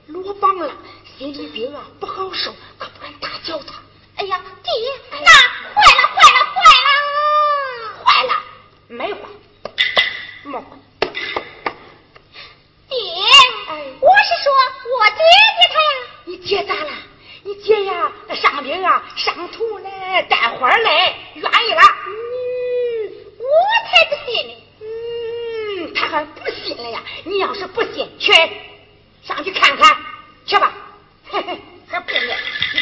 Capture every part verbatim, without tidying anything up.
落榜了，心里病啊不好受，可不敢大叫他。 哎呀，爹，那坏了坏了坏了坏了，没坏，没坏。 爹，哎，我是说我爹爹他呀。 你爹咋了？你爹呀，上兵啊，上图嘞，带花嘞，愿意了。 嗯，我才不信呢。 嗯，他还不信了呀？你要是不信，去上去看看，去吧。嘿嘿，还不信？你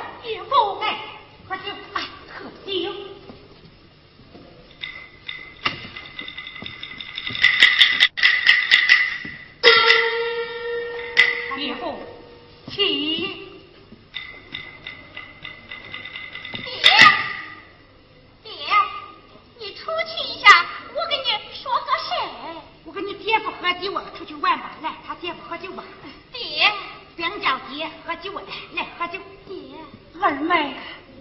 岳父，哎，喝酒，哎，喝酒。岳父，请。酒啊，出去玩吧！来，他姐夫喝酒吧。 爹， 不用叫爹，喝酒来，来喝酒。 爹， 二妹，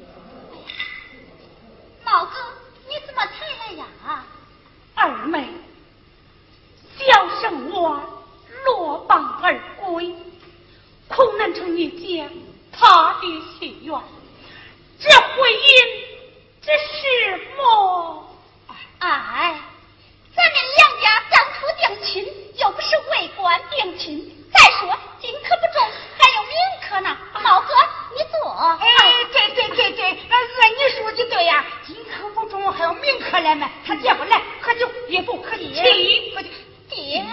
老哥，你怎么才来呀？ 二妹，小生我落榜而归，恐难成你姐他的心愿，这婚姻这是么？ 哎，咱们两家当初定亲，又不是为官定亲。再说金可不中，还有名可呢。老哥，你坐。 哎，对对对对，那按你说的对呀，金可不中，还有名可来嘛。他姐夫来喝酒，岳父喝酒，喝酒。 爹，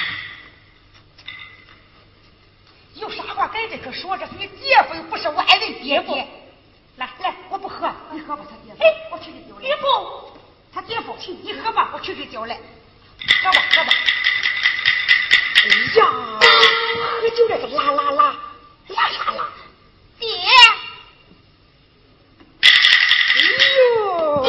有啥话跟这可说？这是你姐夫，又不是外人爹夫。来来，我不喝，你喝吧，他姐夫。哎，我去给酒来。岳父，他姐夫，你喝吧，我去给酒来。喝吧，喝吧。哎呀，喝酒这是拉拉拉，拉啥拉？ 爹。 哎呦，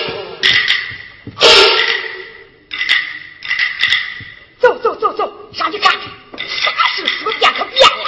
走走走走，上去看，啥时书店可变了。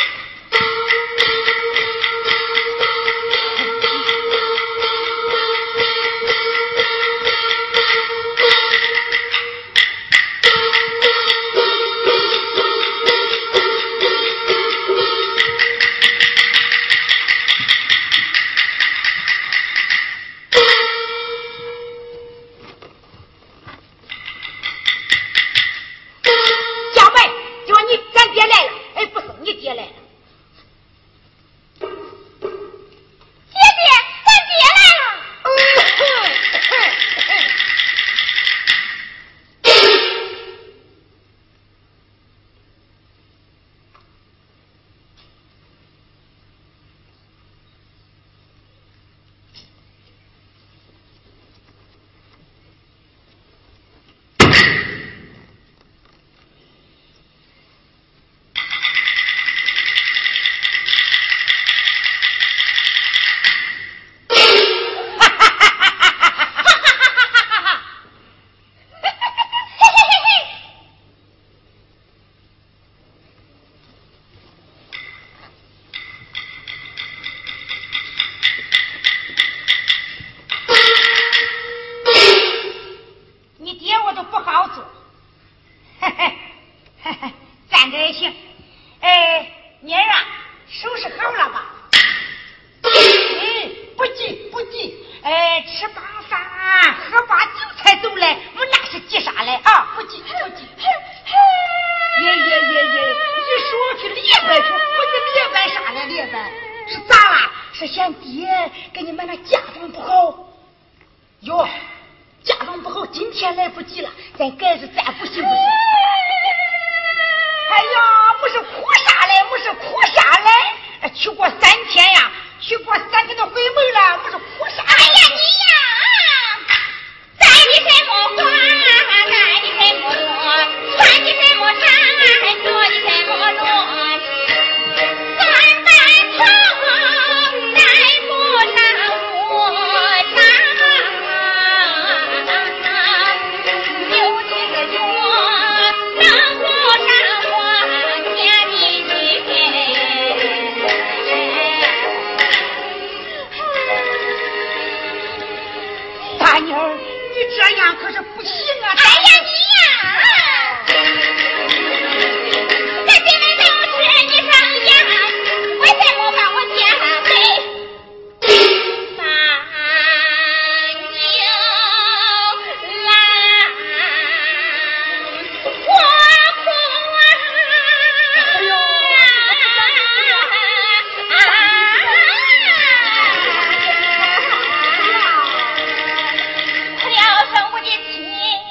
了生我的亲。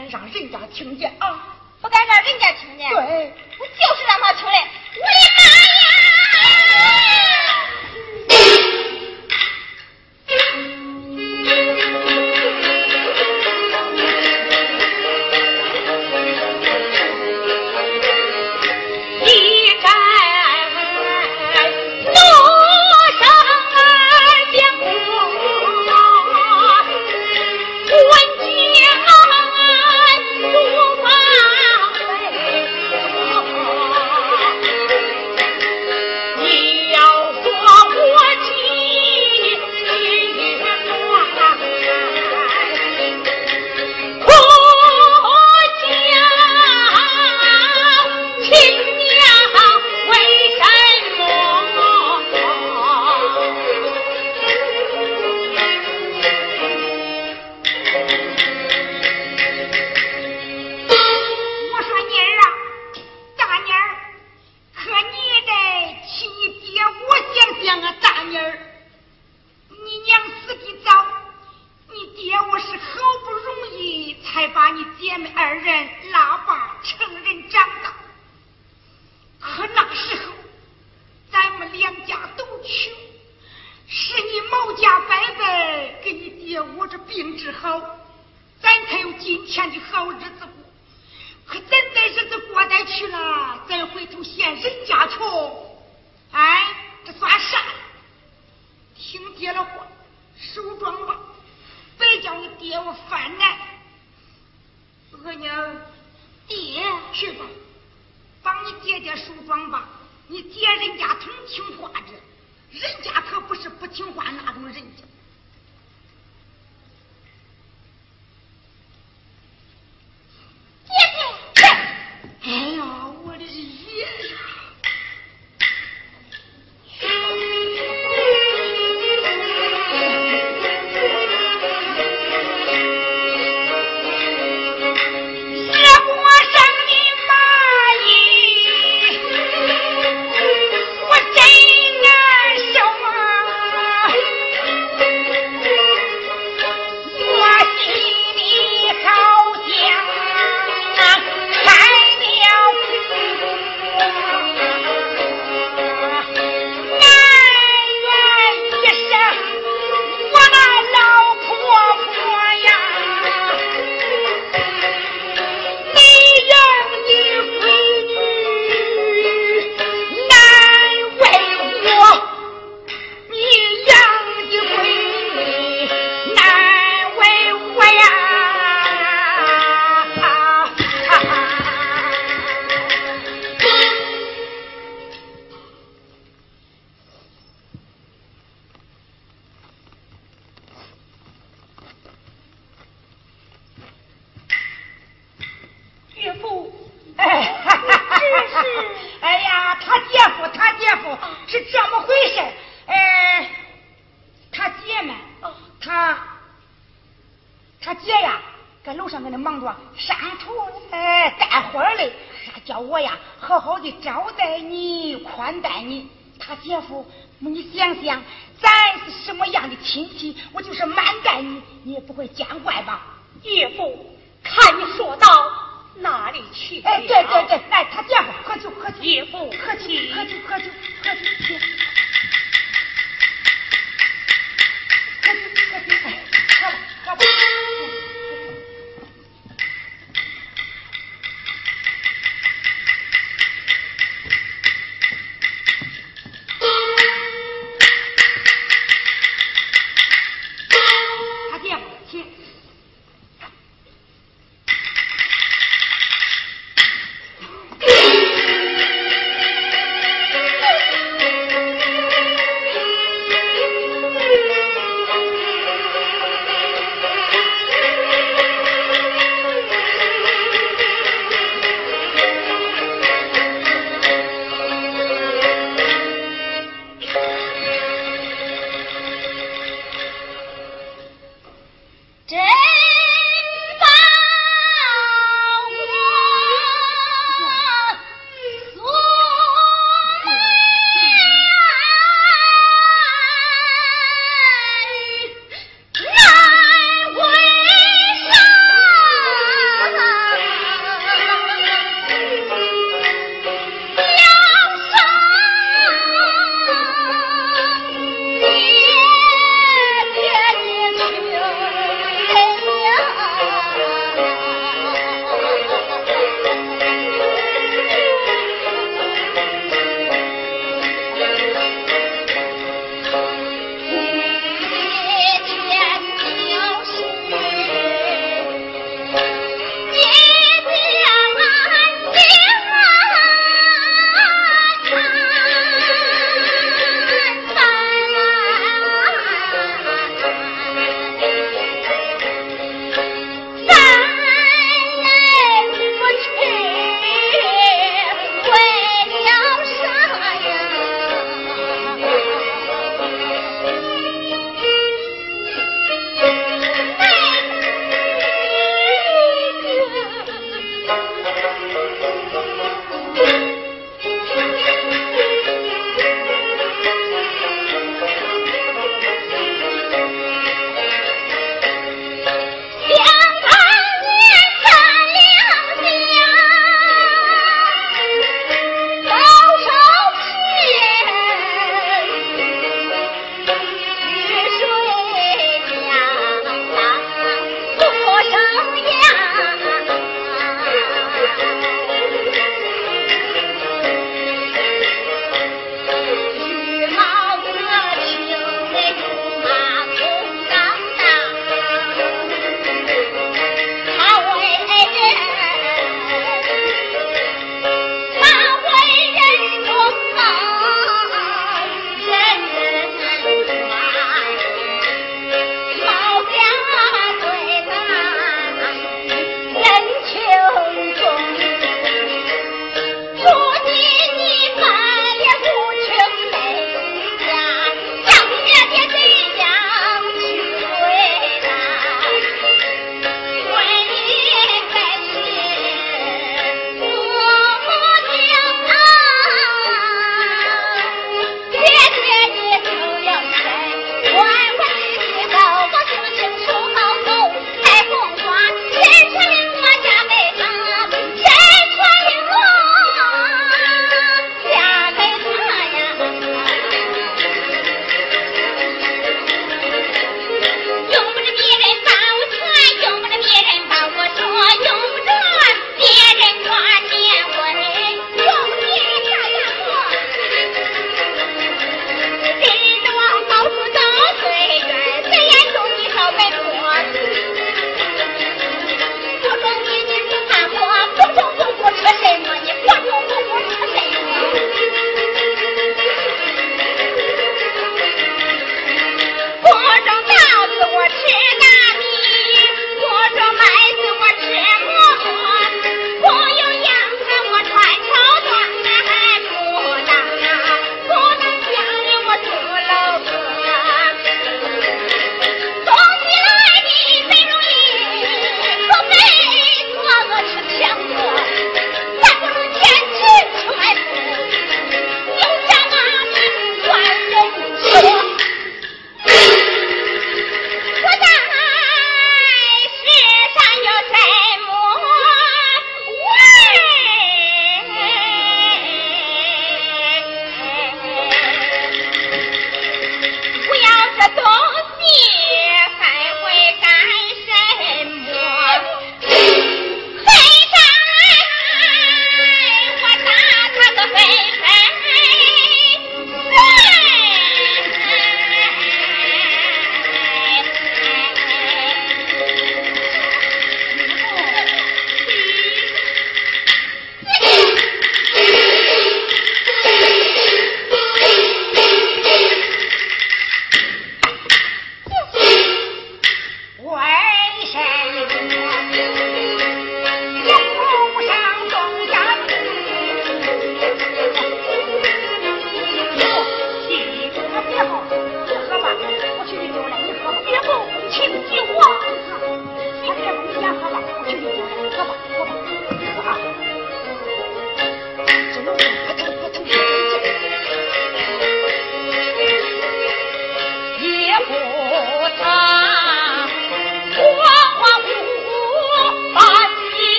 敢让人家听见啊！ 不敢让人家听见。 对， 我就是让他听嘞！我的妈呀！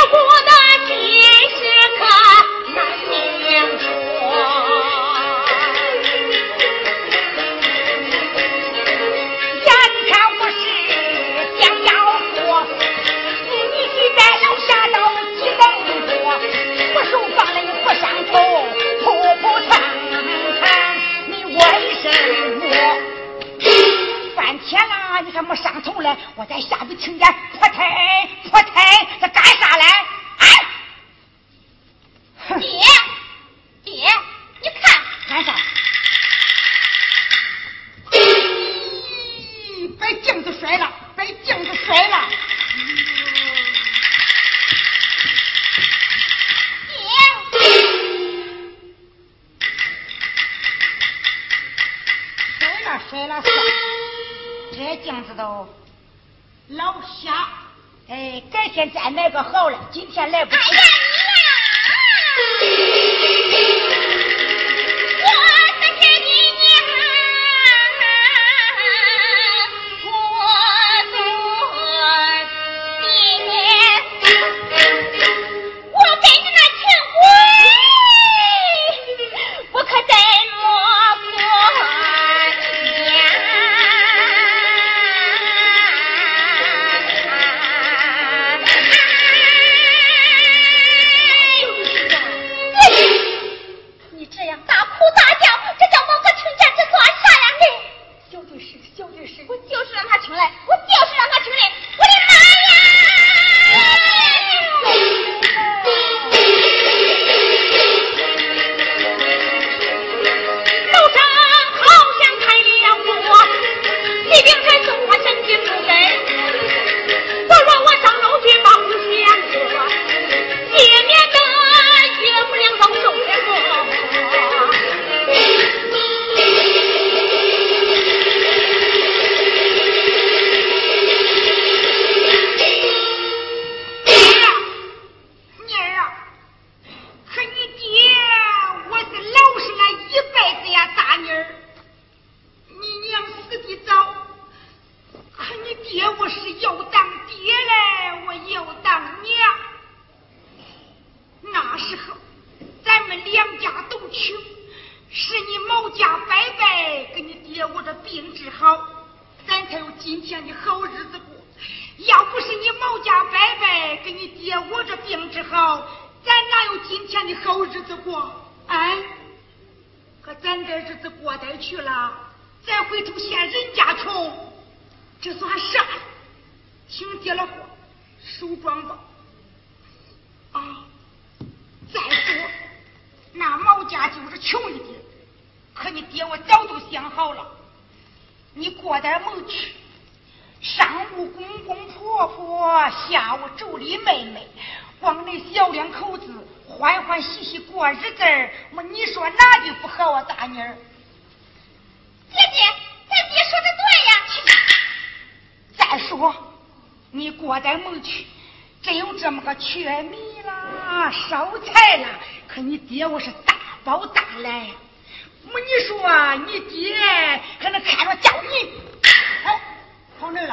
缺米啦，烧菜啦，可你爹我是大包大来。么你说你爹可能看着叫你，哎，跑哪儿了？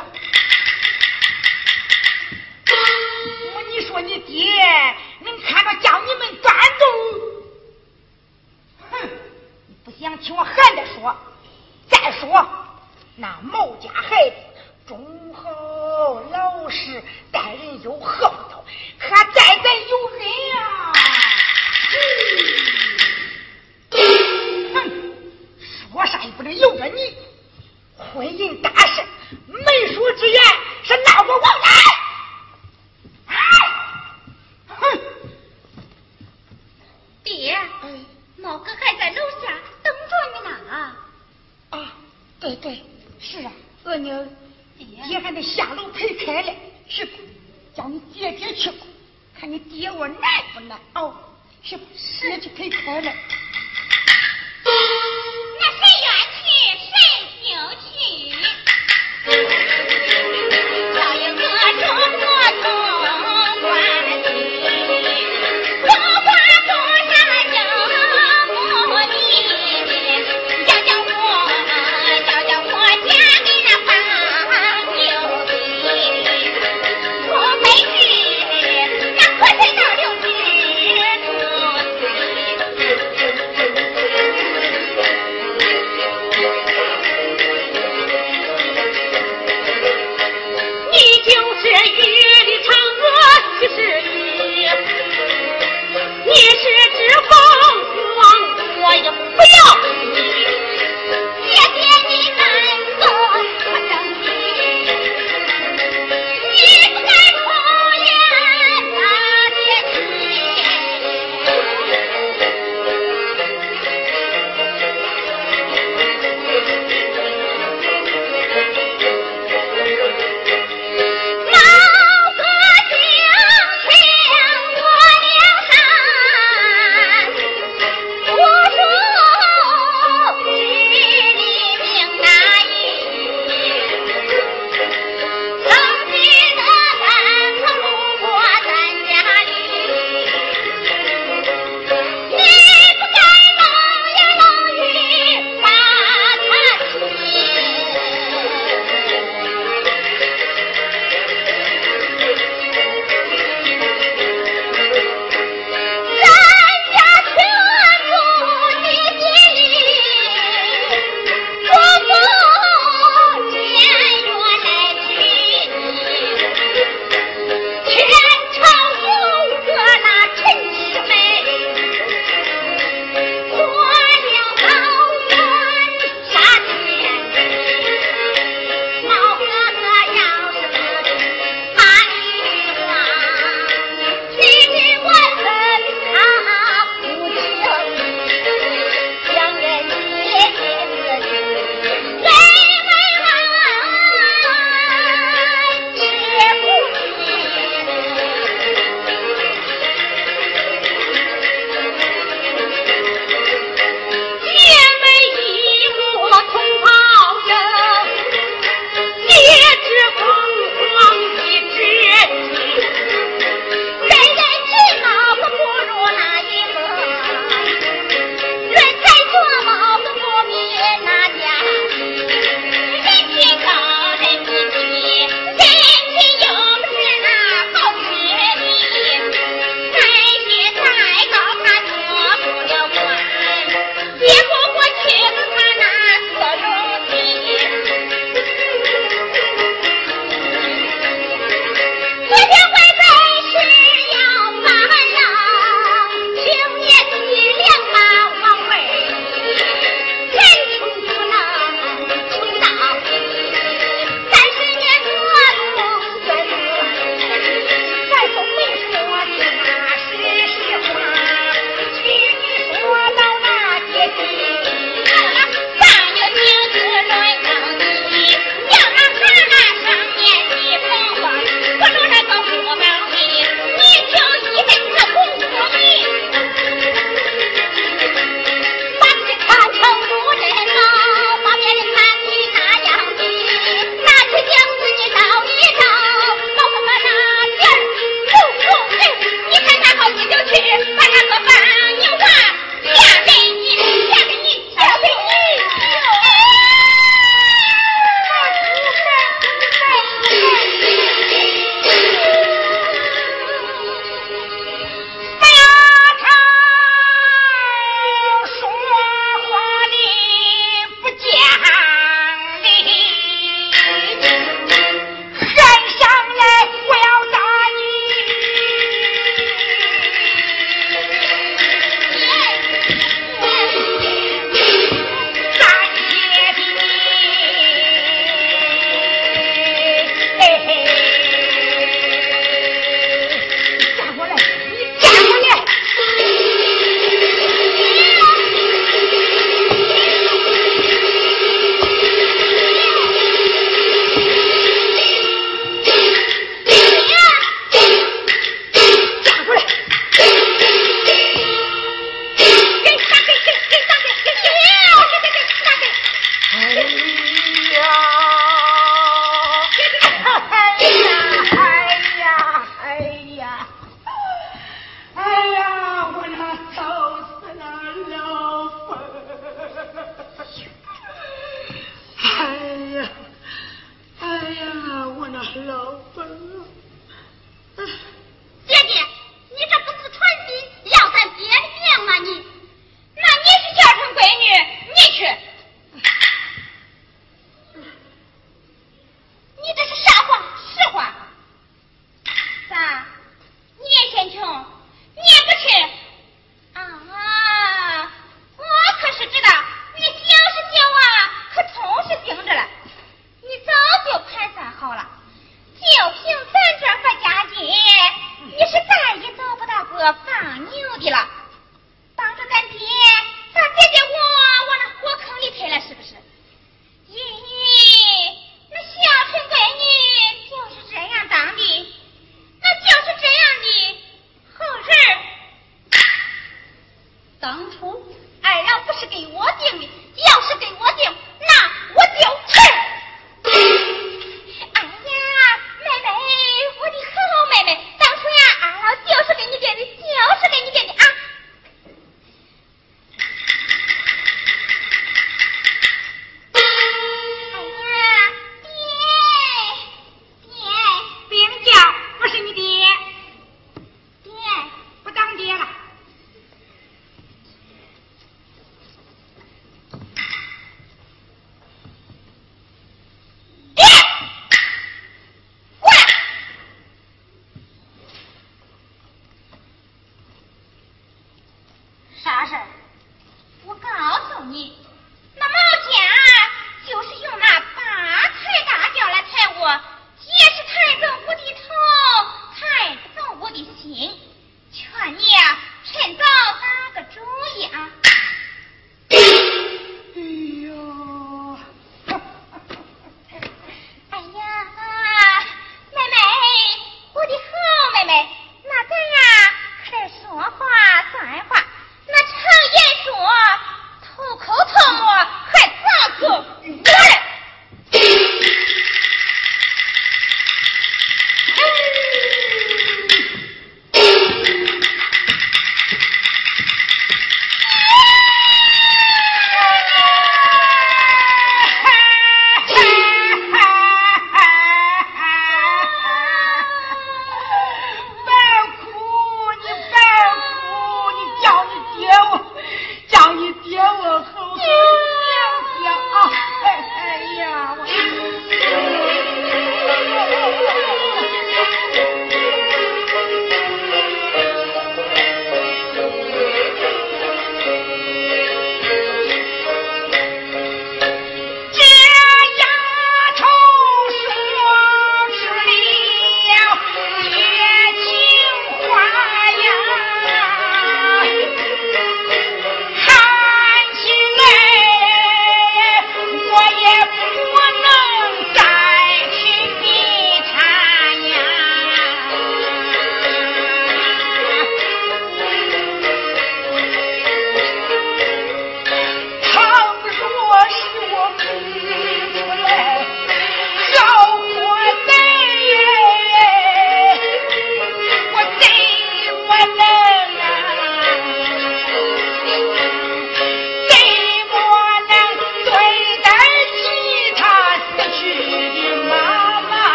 么你说你爹能看着叫你们转动？哼，不想听我还得说。再说那某家孩子忠厚老实，待人又厚道，可待咱有人呀、嗯！哼，说啥也不能由着你。婚姻大事，媒妁之言是闹着往来。哎，哼！ 爹，毛哥还在楼下等着你呢。 啊，对对，是啊，额娘。爹还得下楼陪开来，去吧，叫你爹爹去吧，看你爹我难不难熬，去吧，爹去陪开来。 那谁愿去谁就去，早有各种国通关系，国华多山有目的，叫叫我，叫叫我家里那房。我没事，那可老本啊！ 姐姐，你这不是传心要咱爹的命吗？你，那你去叫声闺女，你去。你这是啥话？实话。咋？你也嫌穷，你也不去？啊，我可是知道你小是小啊，可总是醒着了。你早就盘算好了，就凭咱这个家境，你是再也找不到个放牛的了。当着咱爹，咱姐姐我往那火坑里推了，是不是？咦，那孝顺闺女就是这样当的，那就是这样的好人。当初二老不是给我定的，要是给我定，那我就吃。哎呀，妹妹，我的好妹妹，当初呀，二老就是给你定的，就是给你定的啊。哎呀，爹，爹， 别人叫我是你爹， 爹， 不当爹了。 啥事儿？我告诉你，那毛家就是用那八抬大轿来抬我，也是抬走我的头，抬不走我的心。劝你呀、啊，趁早打个主意啊！ 哎呦， 哎呀，妹妹，我的好妹妹，那咱呀可得说话算话。那常言说，吐口唾沫还咋个来？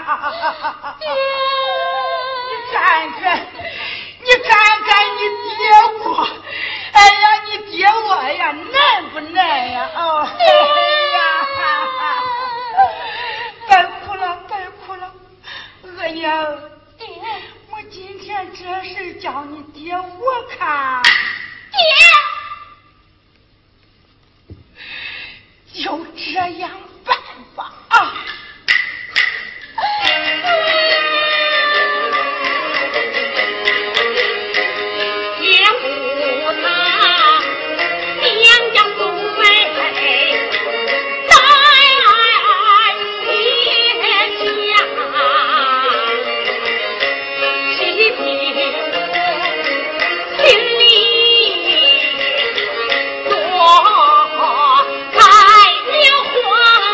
爹，你看看，你看看你爹我，哎呀，你爹我呀，难不难呀？哦，哎呀，别哭了，别哭了，额娘， 爹， 我今天这事叫你爹我看， 爹， 就这样办吧啊！ 我开了花。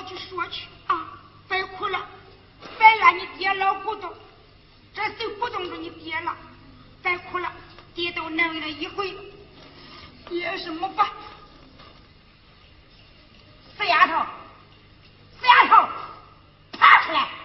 去说去啊！别哭了，别怨你爹老古董，这谁鼓动着你爹了？别哭了，爹都能了一回了，爹是没办法。死丫头，死丫头，爬出来！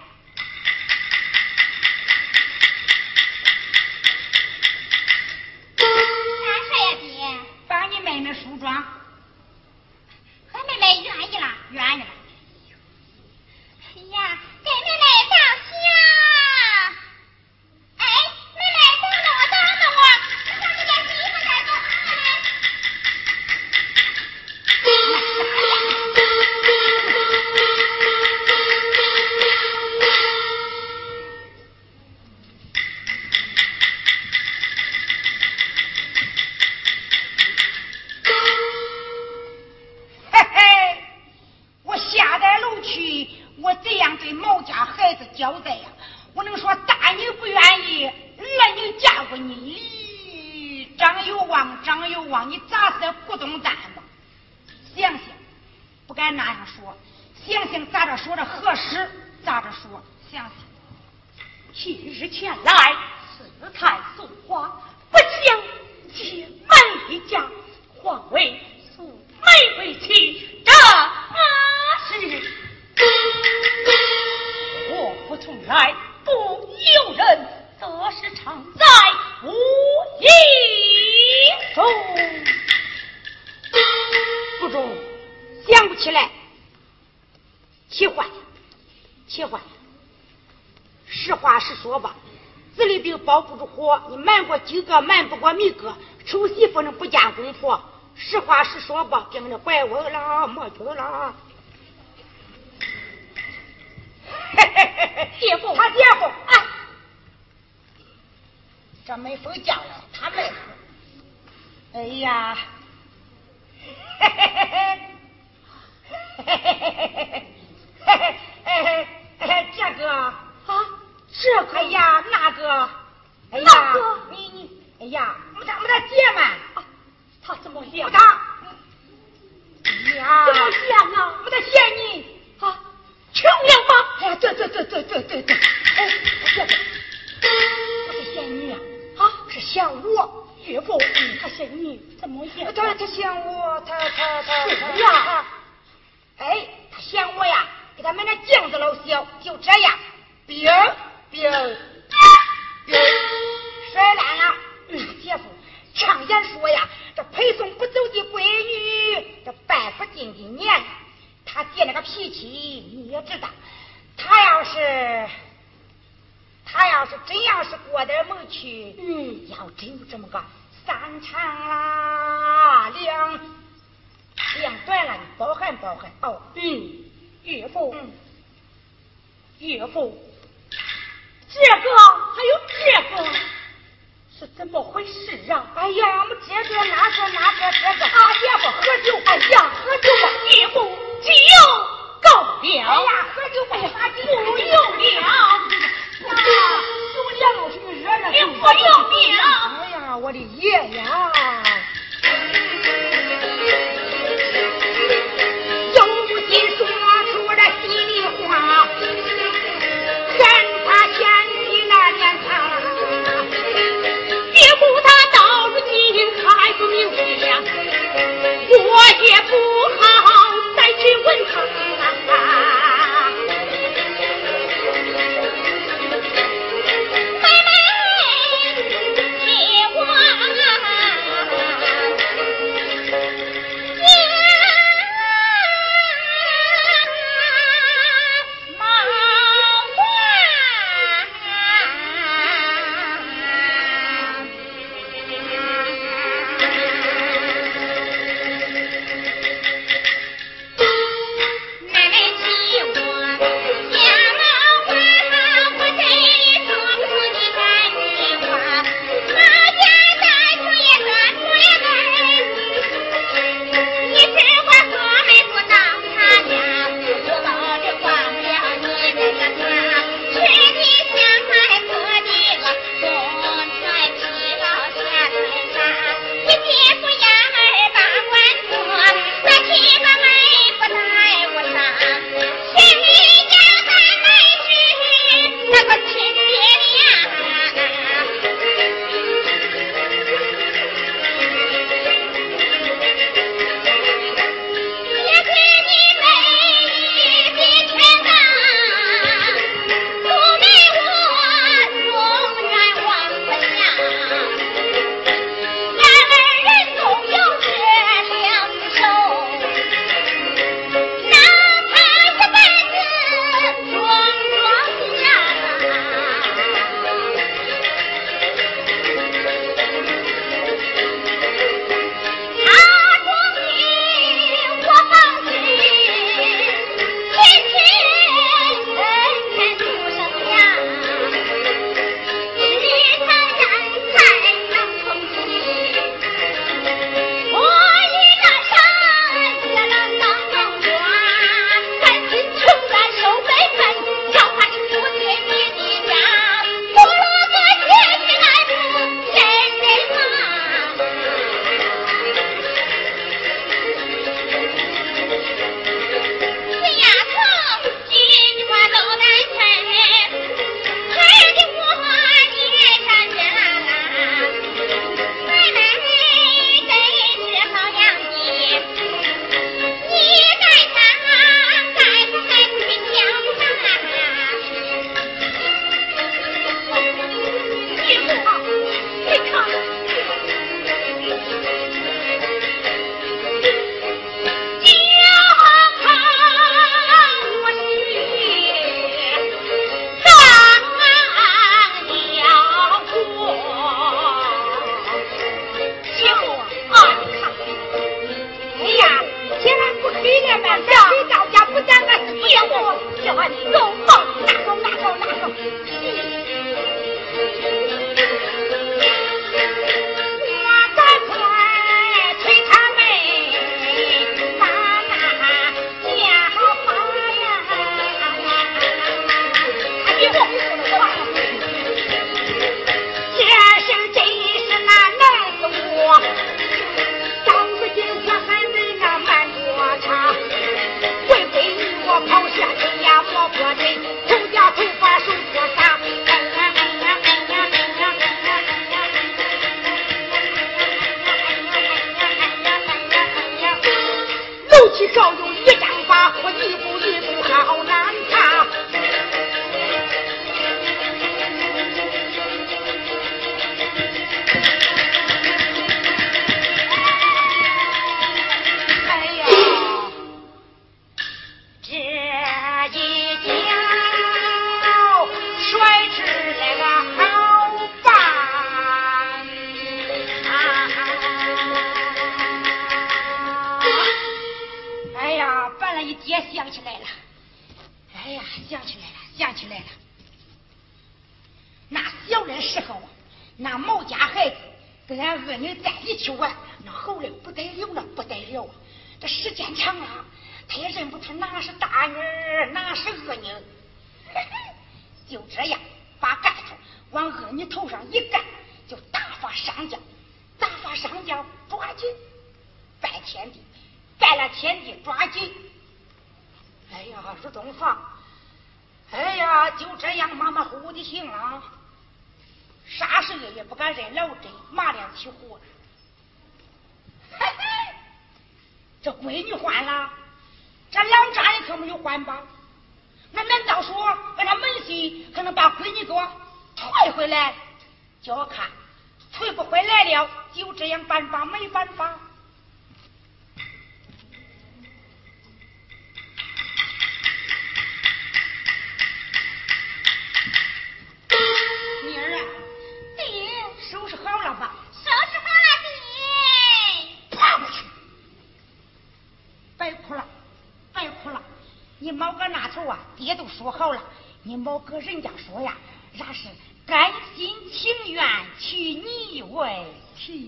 干啥呀，爹？ 把你妹妹梳妆。 和妹妹愿意了， 愿意了。 哎呀，给妹妹道歉。哎，妹妹等等我，等等我，我上去给媳妇再做饭嘞。 嘿嘿，我下在楼去，我这样对毛家孩子交代呀，我能说大你不愿意，二你嫁过你，咦，张有望，张有望，你咋是不懂蛋吧？想想，不敢那样说，想想咋着说着合适，咋着说，想想。 七日前来，四太送花，不想结妹家，化为素妹为妻，这是祸不从来，不由人，则是常在无意中。 不中，想不起来，气坏了，气坏了。实话实说吧，子里兵包不住火，你瞒过几个，瞒不过米个，丑媳妇能不见公婆。实话实说吧，病的怪我了，没趣了。 姐夫， 他姐夫，哎，这没风叫了，他妹夫。哎呀，嘿嘿嘿嘿，嘿嘿嘿嘿嘿嘿嘿，这个啊，这个，哎呀，那个，哎呀， 那个你你，哎呀，没他没他姐们， 啊，他怎么样？ 不他，哎呀， 怎么样啊？ 没他嫌你啊，穷了吗？ 哎呀，对对对对对对对，哎，这个不是嫌你呀， 啊， 是嫌我。 岳父，他嫌你怎么样？ 他他嫌我，他他他是呀， 哎，他嫌我呀，给他买那镜子老小，就这样，冰冰冰摔烂了。嗯，姐夫常言说呀，这陪送不走的闺女，这拜不进的年。他爹那个脾气你也知道，他要是他要是真要是过点门去， 嗯， 要真有这么个三长啦，两两短了，你包涵包涵哦。 嗯，岳父， 嗯， 岳父，这个还有这个，是怎么回事啊？ 哎呀，我们这个那个那个这个， 啊，姐夫，喝酒，哎呀，喝酒吧，岳父，酒够了。 哎呀，喝酒吧，把酒不用了。 啊，酒凉了去热热。 你不用了。 哎呀，我的爷呀！有心说出这心里话，看他前妻那年长， 岳父他到如今还不明白呀，我也不好再去问他。 想起来了，哎呀，想起来了，想起来了。那小的时候啊，那某家孩子跟俺二女在一起玩，那后来不得了了，不得了啊！这时间长了，他也认不出哪是大女儿，哪是二女。就这样，把盖头往二女头上一盖，就大发上将，大发上将抓紧，拜天地，拜了天地抓紧。哎呀，入洞房，哎呀，就这样马马虎虎的行了，啥事也不敢认老真，马脸起火。嘿嘿，这闺女换了，这老丈人可没有换吧？那难道说俺那门婿可能把闺女给我退回来？叫我看，退不回来了，就这样办法，没办法。女儿啊， 爹， 收拾好了吧？ 收拾好了，爹。 爬过去，别哭了，别哭了。你毛哥那头啊，爹都说好了，你毛哥人家说呀，那是甘心情愿娶你为妻。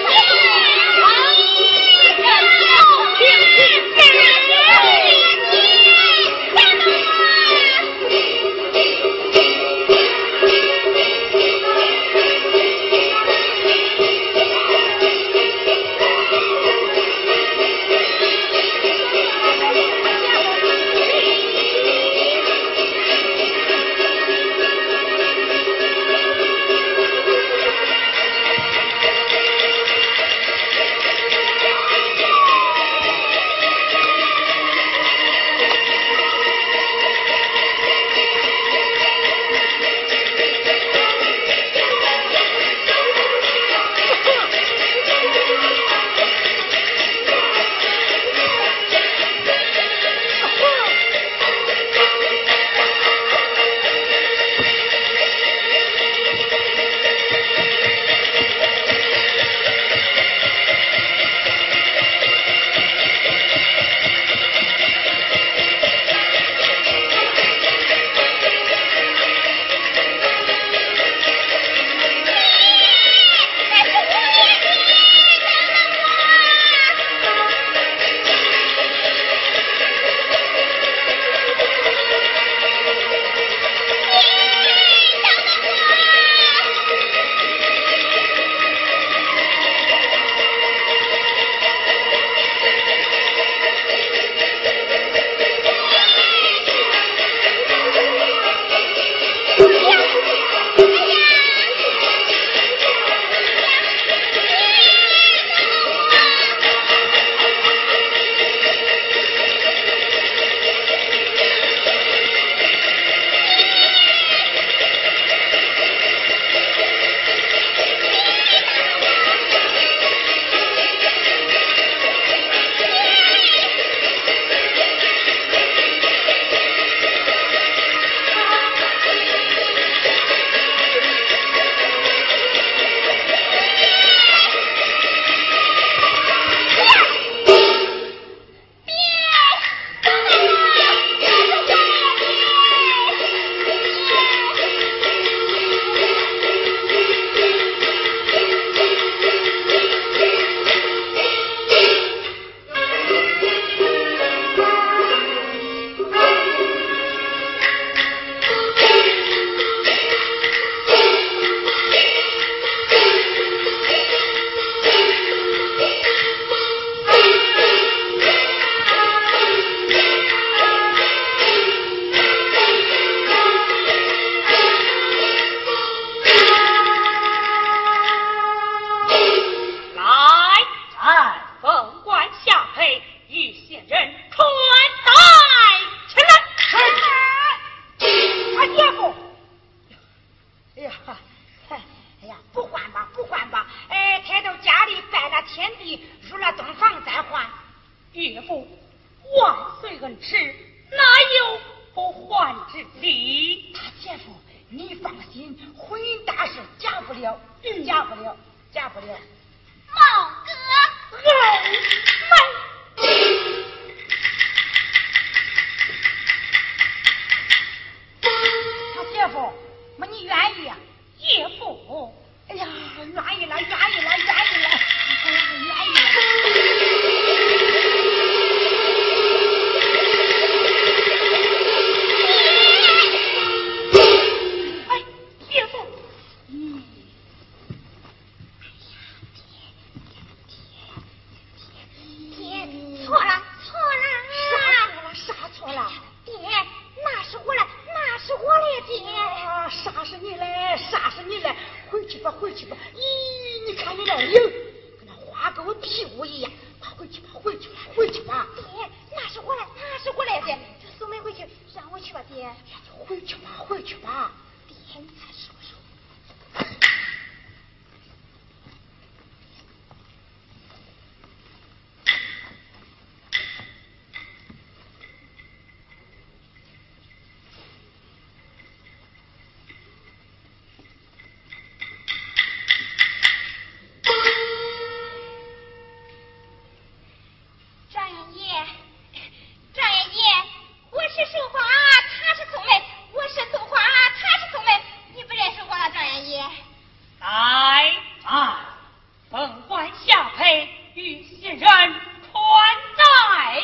Yeah. 是你。 大姐夫，你放心，婚姻大事假不了，假不了，假不了。 茂哥， 儿们， 大姐夫，么你愿意啊？ 岳父， 哎呀，愿意了，愿意了，愿意了，哎呀，愿意了。 哎，岳父， 嗯， 爹，错了，错了， 啥错了？啥错了？ 爹，那是我来，那是我来，爹。 啊，啥是你来？啥是你来？回去吧，回去吧。咦，你看你那影，跟那花狗屁股一样。回去吧，回去吧，回去吧。 爹，那是我来，那是我来的。这送梅回去，让我去吧，爹。 回去吧，回去吧。 爹，你再说说。张元爷，张元爷，我是绣花，他是送梅，我是绣花，他是送梅，你不认识我了，张元爷？ 来来，本官下陪与新人传在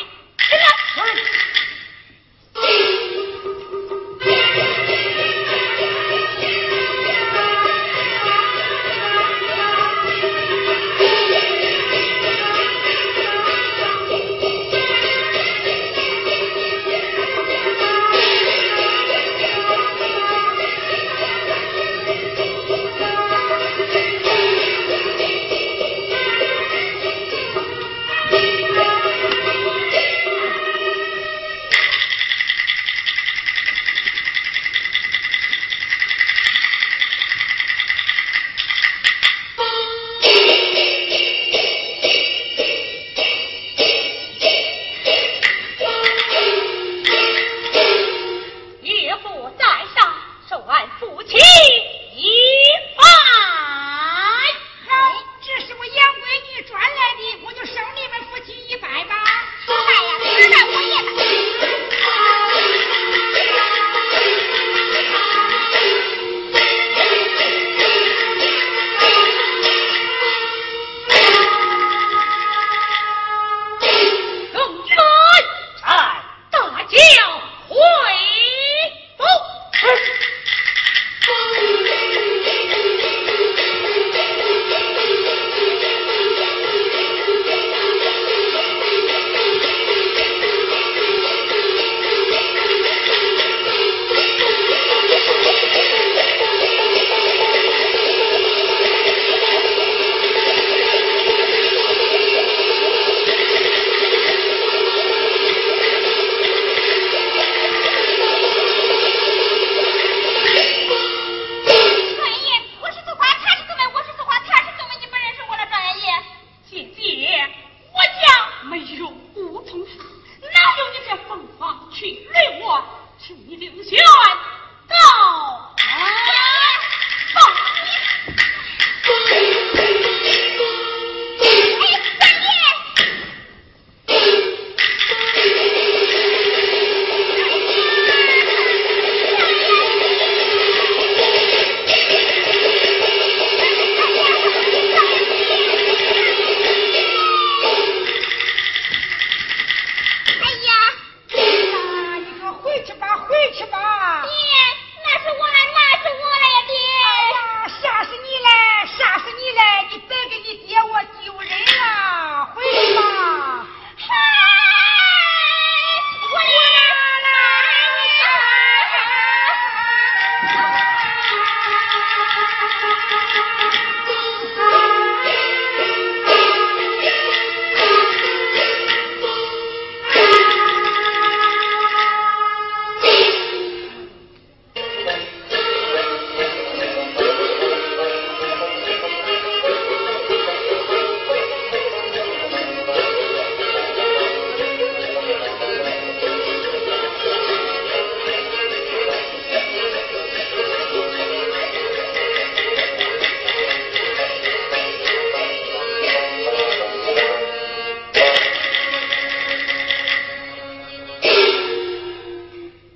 去累我，请你领选到。